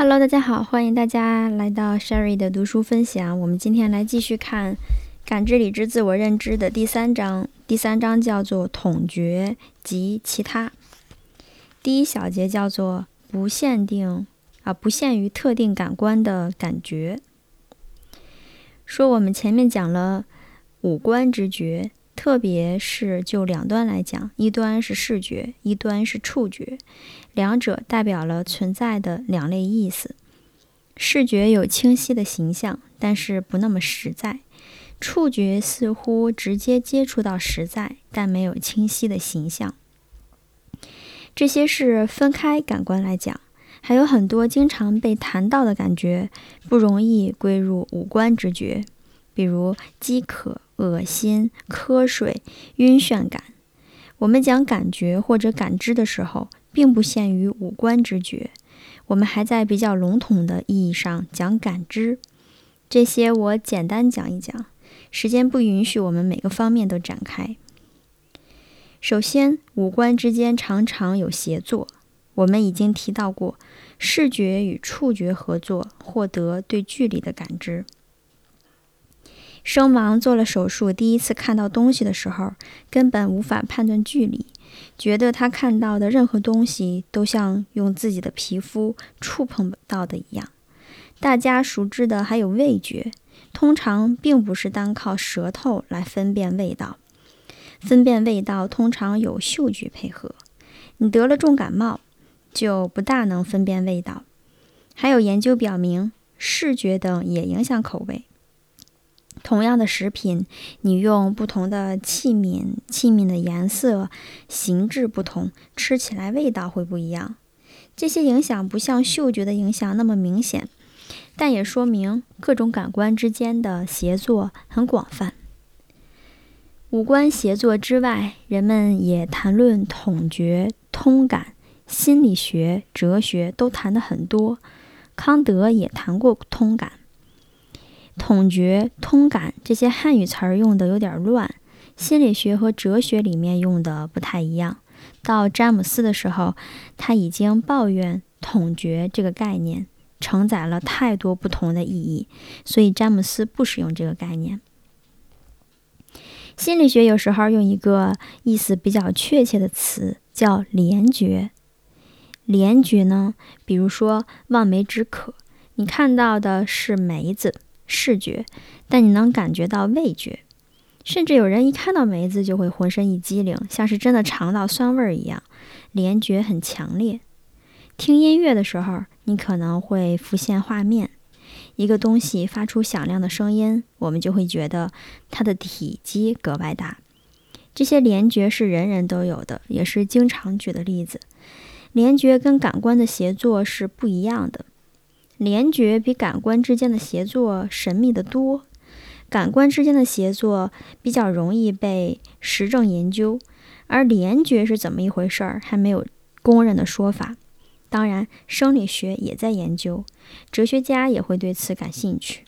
Hello，大家好，欢迎大家来到 Sherry 的读书分享。我们今天来继续看感知、理知、自我认知的第三章。第三章叫做统觉及其他。第一小节叫做不限于特定感官的感觉。说我们前面讲了五官知觉，特别是就两端来讲，一端是视觉，一端是触觉，两者代表了存在的两类意思。视觉有清晰的形象，但是不那么实在；触觉似乎直接接触到实在，但没有清晰的形象。这些是分开感官来讲，还有很多经常被谈到的感觉不容易归入五官知觉，比如饥渴、恶心、瞌睡、晕眩感。我们讲感觉或者感知的时候，并不限于五官知觉，我们还在比较笼统的意义上讲感知。这些我简单讲一讲，时间不允许我们每个方面都展开。首先，五官之间常常有协作。我们已经提到过，视觉与触觉合作，获得对距离的感知。生王做了手术，第一次看到东西的时候，根本无法判断距离，觉得他看到的任何东西都像用自己的皮肤触碰到的一样。大家熟知的还有味觉，通常并不是单靠舌头来分辨味道，分辨味道通常有嗅觉配合。你得了重感冒，就不大能分辨味道。还有研究表明，视觉等也影响口味。同样的食品，你用不同的器皿的颜色、形制不同，吃起来味道会不一样。这些影响不像嗅觉的影响那么明显，但也说明各种感官之间的协作很广泛。五官协作之外，人们也谈论统觉、通感，心理学、哲学都谈得很多。康德也谈过通感。统觉、通感这些汉语词儿用的有点乱，心理学和哲学里面用的不太一样。到詹姆斯的时候，他已经抱怨统觉这个概念承载了太多不同的意义，所以詹姆斯不使用这个概念。心理学有时候用一个意思比较确切的词叫联觉。联觉呢，比如说望梅止渴，你看到的是梅子，视觉，但你能感觉到味觉。甚至有人一看到梅子就会浑身一激灵，像是真的尝到酸味一样，联觉很强烈。听音乐的时候，你可能会浮现画面，一个东西发出响亮的声音，我们就会觉得它的体积格外大。这些联觉是人人都有的，也是经常举的例子。联觉跟感官的协作是不一样的，联觉比感官之间的协作神秘得多。感官之间的协作比较容易被实证研究，而联觉是怎么一回事儿，还没有公认的说法。当然，生理学也在研究，哲学家也会对此感兴趣。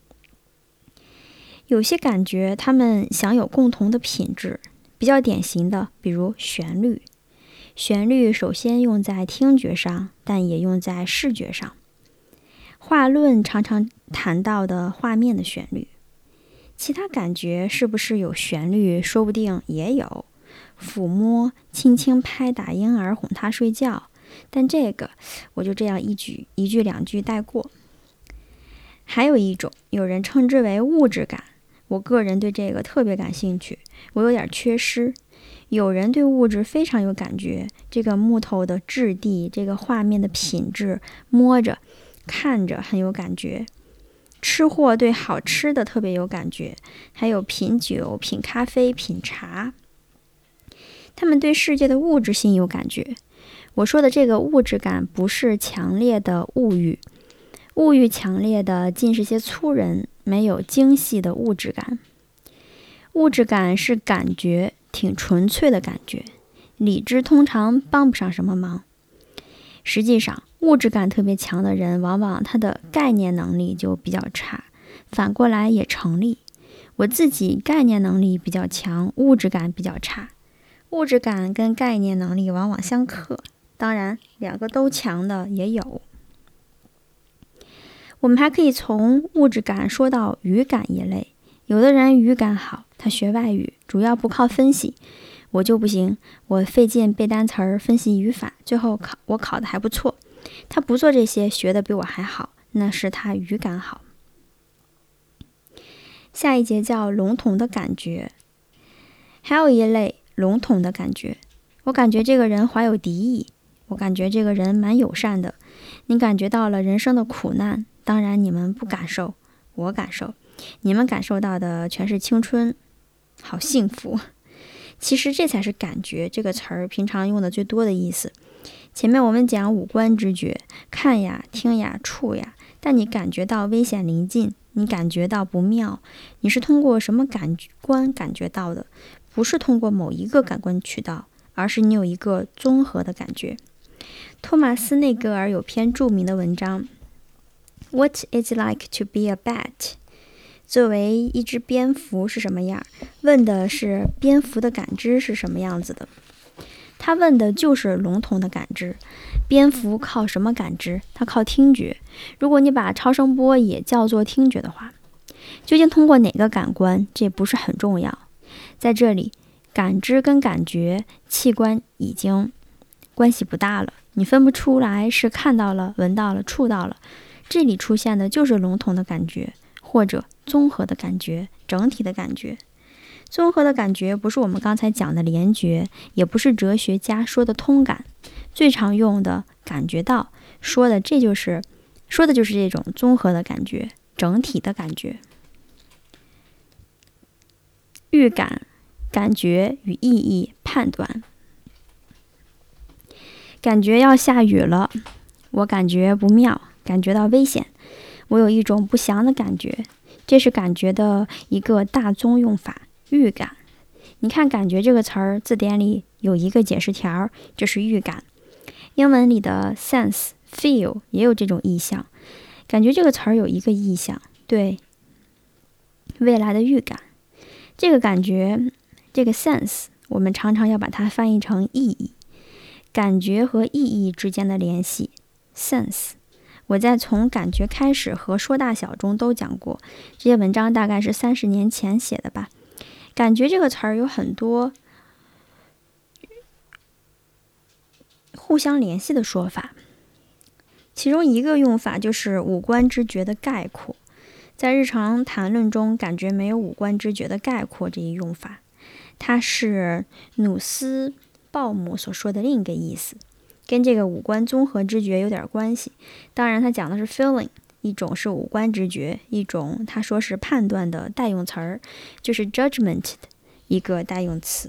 有些感觉它们享有共同的品质，比较典型的，比如旋律。旋律首先用在听觉上，但也用在视觉上。画论常常谈到的画面的旋律。其他感觉是不是有旋律，说不定也有。抚摸、轻轻拍打婴儿哄他睡觉，但这个我就这样一句两句带过。还有一种，有人称之为物质感，我个人对这个特别感兴趣，我有点缺失。有人对物质非常有感觉，这个木头的质地，这个画面的品质，摸着看着很有感觉。吃货对好吃的特别有感觉，还有品酒、品咖啡、品茶，他们对世界的物质性有感觉。我说的这个物质感不是强烈的物欲，物欲强烈的尽是些粗人，没有精细的物质感。物质感是感觉，挺纯粹的感觉，理智通常帮不上什么忙。实际上，物质感特别强的人，往往他的概念能力就比较差，反过来也成立。我自己概念能力比较强，物质感比较差。物质感跟概念能力往往相克，当然两个都强的也有。 我们还可以从物质感说到语感一类。有的人语感好，他学外语主要不靠分析，我就不行，我费劲背单词儿、分析语法，最后我考的还不错。他不做这些，学的比我还好，那是他语感好。下一节叫笼统的感觉。还有一类笼统的感觉，我感觉这个人怀有敌意，我感觉这个人蛮友善的。你感觉到了人生的苦难，当然你们不感受，我感受。你们感受到的全是青春，好幸福。其实这才是感觉这个词儿平常用的最多的意思。前面我们讲五官知觉，看呀、听呀、触呀，但你感觉到危险临近，你感觉到不妙，你是通过什么感官感觉到的？不是通过某一个感官渠道，而是你有一个综合的感觉。托马斯内格尔有篇著名的文章 What is it like to be a bat？ 作为一只蝙蝠是什么样？问的是蝙蝠的感知是什么样子的。他问的就是笼统的感知。蝙蝠靠什么感知？它靠听觉。如果你把超声波也叫做听觉的话，究竟通过哪个感官？这不是很重要。在这里，感知跟感觉器官已经关系不大了，你分不出来是看到了、闻到了、触到了。这里出现的就是笼统的感觉，或者综合的感觉、整体的感觉。综合的感觉不是我们刚才讲的联觉，也不是哲学家说的通感，最常用的感觉到说的就是这种综合的感觉、整体的感觉。预感、感觉与意义判断。感觉要下雨了，我感觉不妙，感觉到危险，我有一种不祥的感觉。这是感觉的一个大宗用法，预感。你看感觉这个词儿，字典里有一个解释条，就是预感。英文里的 sense、feel 也有这种意象。感觉这个词儿有一个意象，对未来的预感。这个感觉，这个 sense， 我们常常要把它翻译成意义。感觉和意义之间的联系 sense， 我在从感觉开始和说大小中都讲过，这些文章大概是30年前写的吧。感觉这个词儿有很多互相联系的说法，其中一个用法就是五官知觉的概括。在日常谈论中，感觉没有五官知觉的概括这一用法，它是努斯鲍姆所说的另一个意思，跟这个五官综合知觉有点关系。当然他讲的是 feeling， 一种是五官知觉，一种他说是判断的代用词儿，就是 judgment 的一个代用词。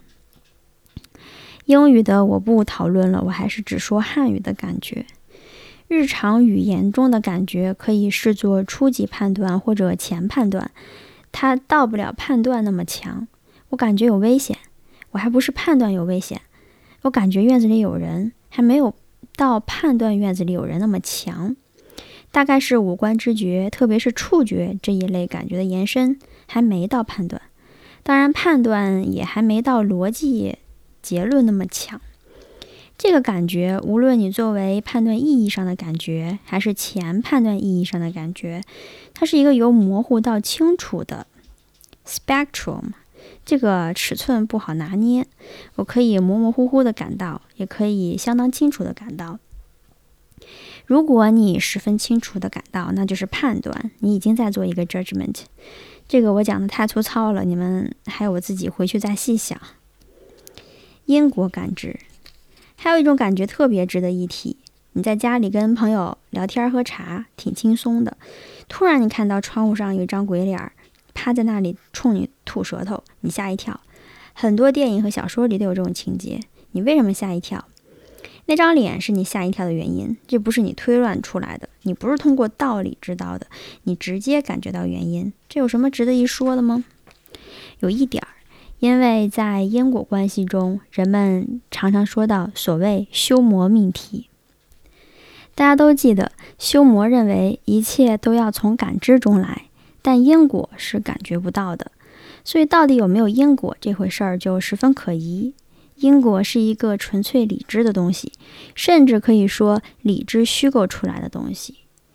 英语的我不讨论了，我还是只说汉语的感觉。日常语言中的感觉可以视作初级判断或者前判断，它到不了判断那么强。我感觉有危险，我还不是判断有危险，我感觉院子里有人，还没有到判断院子里有人那么强。大概是五官知觉，特别是触觉这一类感觉的延伸，还没到判断。当然判断也还没到逻辑结论那么强。这个感觉，无论你作为判断意义上的感觉，还是前判断意义上的感觉，它是一个由模糊到清楚的 spectrum。这个尺寸不好拿捏，我可以模模糊糊的感到，也可以相当清楚的感到。如果你十分清楚的感到，那就是判断，你已经在做一个 judgment。这个我讲的太粗糙了，你们还有我自己回去再细想。因果感知。还有一种感觉特别值得一提，你在家里跟朋友聊天喝茶挺轻松的，突然你看到窗户上有一张鬼脸趴在那里冲你吐舌头，你吓一跳。很多电影和小说里都有这种情节，你为什么吓一跳？那张脸是你吓一跳的原因，这不是你推断出来的，你不是通过道理知道的，你直接感觉到原因。这有什么值得一说的吗？有一点儿，因为在因果关系中，人们常常说到所谓修魔命题。大家都记得，修魔认为一切都要从感知中来，但因果是感觉不到的，所以到底有没有因果这回事儿就十分可疑。因果是一个纯粹理智的东西，甚至可以说理智虚构出来的东西。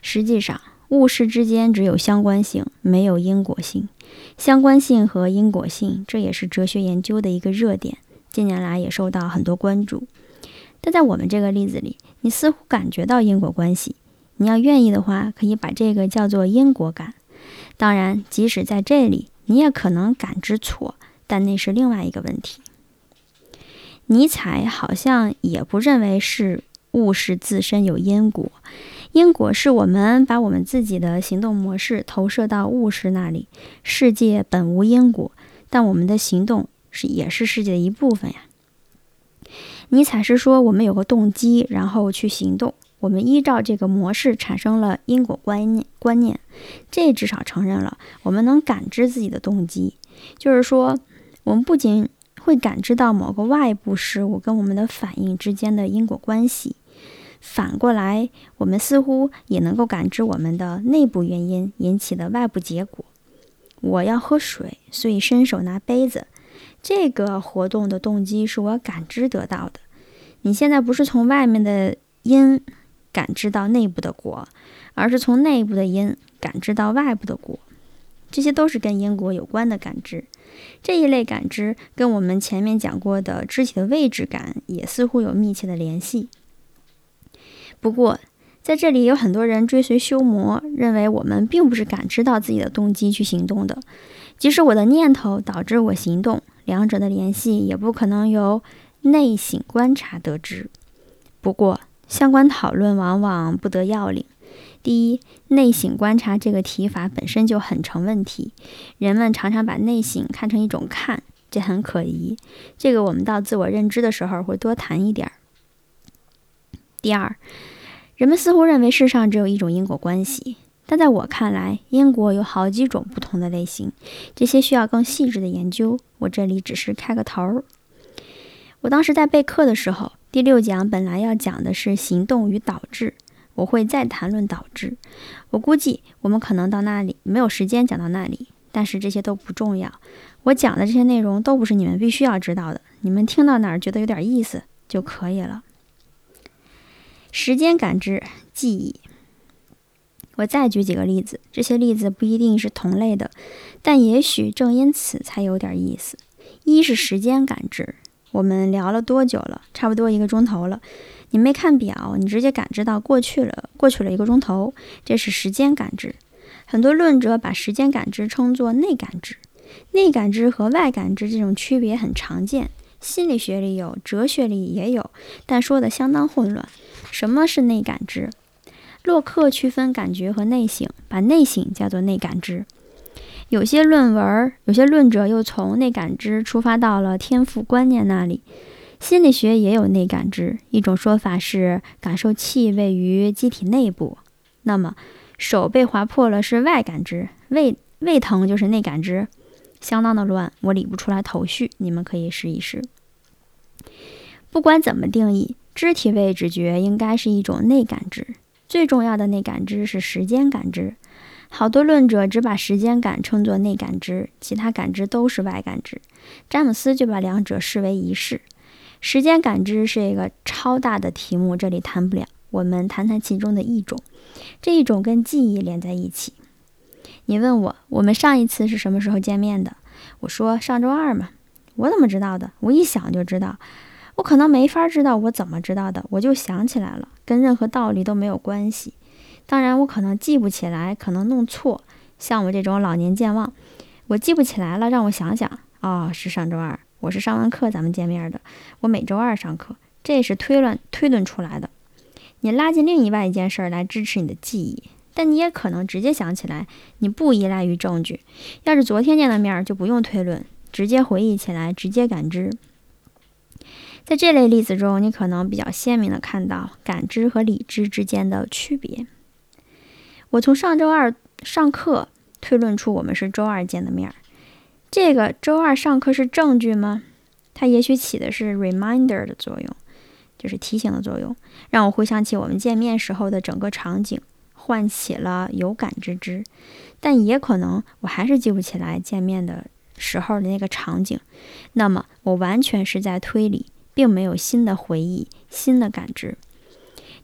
实际上，物事之间只有相关性，没有因果性。相关性和因果性，这也是哲学研究的一个热点，近年来也受到很多关注。但在我们这个例子里，你似乎感觉到因果关系。你要愿意的话，可以把这个叫做因果感。当然，即使在这里，你也可能感知错，但那是另外一个问题。尼采好像也不认为是物事自身有因果，因果是我们把我们自己的行动模式投射到物事那里。世界本无因果，但我们的行动也是世界的一部分呀。尼采是说，我们有个动机，然后去行动，我们依照这个模式产生了因果观念，这至少承认了我们能感知自己的动机。就是说，我们不仅会感知到某个外部事物跟我们的反应之间的因果关系，反过来，我们似乎也能够感知我们的内部原因引起的外部结果。我要喝水，所以伸手拿杯子，这个活动的动机是我感知得到的。你现在不是从外面的因感知到内部的果，而是从内部的因感知到外部的果。这些都是跟因果有关的感知。这一类感知跟我们前面讲过的肢体的位置感也似乎有密切的联系。不过，在这里有很多人追随修魔，认为我们并不是感知到自己的动机去行动的。即使我的念头导致我行动，两者的联系也不可能由内省观察得知。不过，相关讨论往往不得要领。第一，内省观察这个提法本身就很成问题，人们常常把内省看成一种看，这很可疑。这个我们到自我认知的时候会多谈一点。第二，人们似乎认为世上只有一种因果关系，但在我看来，因果有好几种不同的类型，这些需要更细致的研究，我这里只是开个头。我当时在备课的时候，第6讲本来要讲的是行动与导致，我会再谈论导致。我估计我们可能到那里没有时间讲到那里，但是这些都不重要。我讲的这些内容都不是你们必须要知道的，你们听到哪儿觉得有点意思就可以了。时间感知、记忆，我再举几个例子，这些例子不一定是同类的，但也许正因此才有点意思。一是时间感知，我们聊了多久了？差不多1个钟头了。你没看表，你直接感知到过去了1个钟头，这是时间感知。很多论者把时间感知称作内感知。内感知和外感知这种区别很常见，心理学里有，哲学里也有，但说的相当混乱。什么是内感知？洛克区分感觉和内省，把内省叫做内感知。有些论者又从内感知出发到了天赋观念那里。心理学也有内感知，一种说法是感受器位于机体内部。那么手被划破了是外感知，胃疼就是内感知，相当的乱，我理不出来头绪，你们可以试一试。不管怎么定义，肢体位置觉应该是一种内感知。最重要的内感知是时间感知。好多论者只把时间感称作内感知，其他感知都是外感知。詹姆斯就把两者视为一式。时间感知是一个超大的题目，这里谈不了，我们谈谈其中的一种。这一种跟记忆连在一起。你问我们上一次是什么时候见面的？我说上周2嘛。我怎么知道的？我一想就知道。我可能没法知道我怎么知道的，我就想起来了，跟任何道理都没有关系。当然我可能记不起来，可能弄错，像我这种老年健忘，我记不起来了，让我想想，是上周2，我是上完课咱们见面的，我每周2上课，这是推论出来的。你拉进另外一件事来支持你的记忆，但你也可能直接想起来，你不依赖于证据。要是昨天见的面就不用推论，直接回忆起来，直接感知。在这类例子中，你可能比较鲜明地看到感知和理智之间的区别。我从上周2上课推论出我们是周2见的面，这个周2上课是证据吗？它也许起的是 reminder 的作用，就是提醒的作用，让我回想起我们见面时候的整个场景，唤起了有感之知。但也可能我还是记不起来见面的时候的那个场景，那么我完全是在推理，并没有新的回忆、新的感知。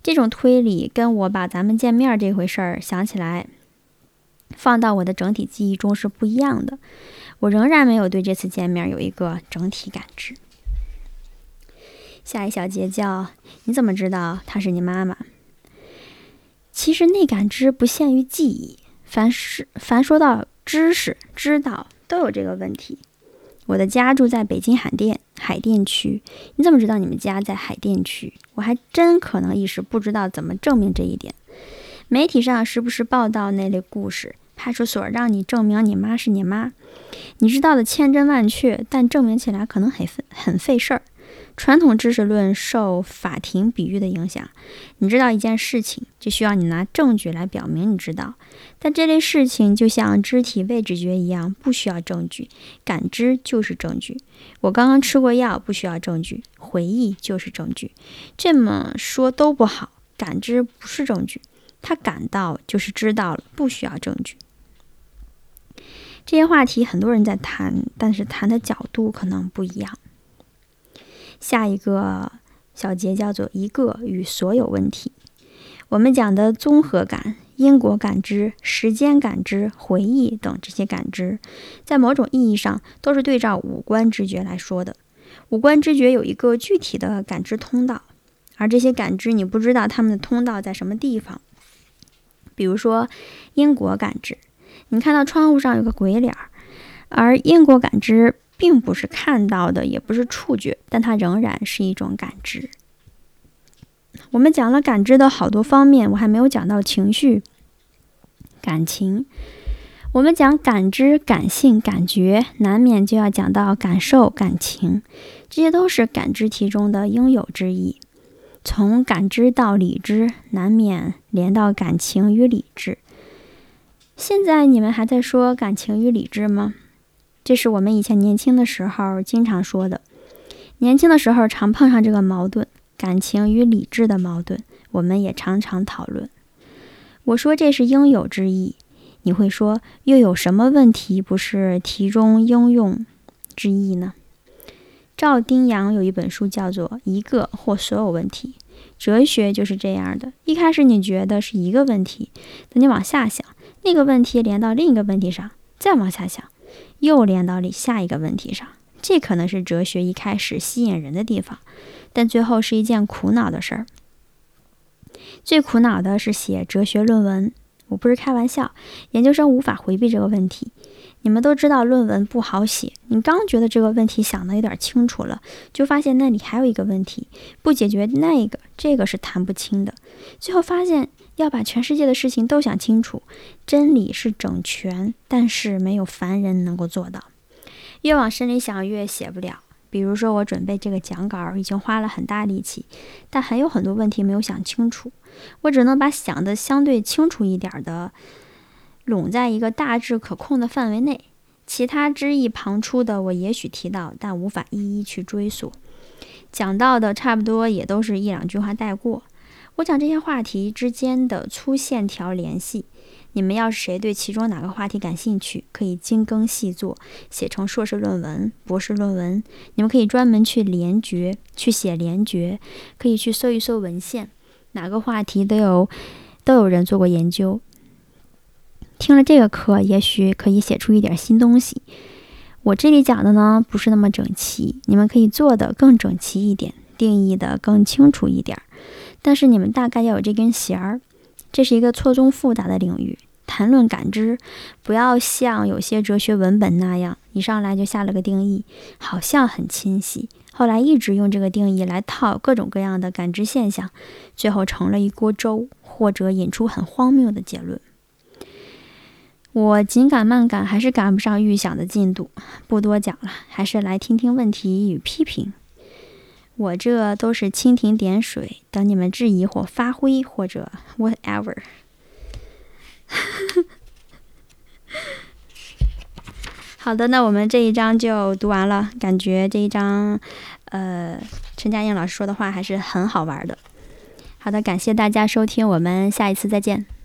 这种推理跟我把咱们见面这回事儿想起来，放到我的整体记忆中是不一样的。我仍然没有对这次见面有一个整体感知。下一小节叫你怎么知道她是你妈妈？其实内感知不限于记忆，凡说到知识、知道都有这个问题。我的家住在北京海淀区，你怎么知道你们家在海淀区？我还真可能一时不知道怎么证明这一点。媒体上时不时报道那类故事，派出所让你证明你妈是你妈，你知道的千真万确，但证明起来可能很费事儿。传统知识论受法庭比喻的影响，你知道一件事情，就需要你拿证据来表明你知道。但这类事情就像肢体位置觉一样，不需要证据，感知就是证据。我刚刚吃过药，不需要证据，回忆就是证据。这么说都不好，感知不是证据，他感到就是知道了，不需要证据。这些话题很多人在谈，但是谈的角度可能不一样。下一个小节叫做一个与所有问题。我们讲的综合感、因果感知、时间感知、回忆等这些感知，在某种意义上都是对照五官知觉来说的。五官知觉有一个具体的感知通道，而这些感知你不知道它们的通道在什么地方。比如说因果感知，你看到窗户上有个鬼脸，而因果感知并不是看到的，也不是触觉，但它仍然是一种感知。我们讲了感知的好多方面，我还没有讲到情绪、感情。我们讲感知、感性、感觉，难免就要讲到感受、感情，这些都是感知题中的应有之义。从感知到理知，难免连到感情与理智。现在你们还在说感情与理智吗？这是我们以前年轻的时候经常说的，年轻的时候常碰上这个矛盾，感情与理智的矛盾，我们也常常讨论。我说这是应有之义，你会说又有什么问题不是题中应用之义呢？赵丁阳有一本书叫做《一个或所有问题》，哲学就是这样的，一开始你觉得是一个问题，等你往下想，那个问题连到另一个问题上，再往下想，又连到下一个问题上，这可能是哲学一开始吸引人的地方，但最后是一件苦恼的事儿。最苦恼的是写哲学论文，我不是开玩笑，研究生无法回避这个问题。你们都知道论文不好写，你刚觉得这个问题想得有点清楚了，就发现那里还有一个问题，不解决这个是谈不清的。最后发现要把全世界的事情都想清楚，真理是整全，但是没有凡人能够做到。越往深里想越写不了。比如说我准备这个讲稿已经花了很大力气，但还有很多问题没有想清楚，我只能把想的相对清楚一点的拢在一个大致可控的范围内，其他枝意旁出的我也许提到，但无法一一去追溯。讲到的差不多也都是一两句话带过。我讲这些话题之间的粗线条联系，你们要是谁对其中哪个话题感兴趣，可以精耕细作，写成硕士论文、博士论文。你们可以专门去写联觉，可以去搜一搜文献，哪个话题都有人做过研究。听了这个课，也许可以写出一点新东西。我这里讲的呢，不是那么整齐，你们可以做得更整齐一点，定义得更清楚一点。但是你们大概要有这根弦儿，这是一个错综复杂的领域。谈论感知，不要像有些哲学文本那样，一上来就下了个定义，好像很清晰，后来一直用这个定义来套各种各样的感知现象，最后成了一锅粥，或者引出很荒谬的结论。我紧赶慢赶，还是赶不上预想的进度，不多讲了，还是来听听问题与批评。我这都是蜻蜓点水，等你们质疑或发挥或者 whatever。 好的，那我们这一章就读完了，感觉这一章陈嘉映老师说的话还是很好玩的。好的，感谢大家收听，我们下一次再见。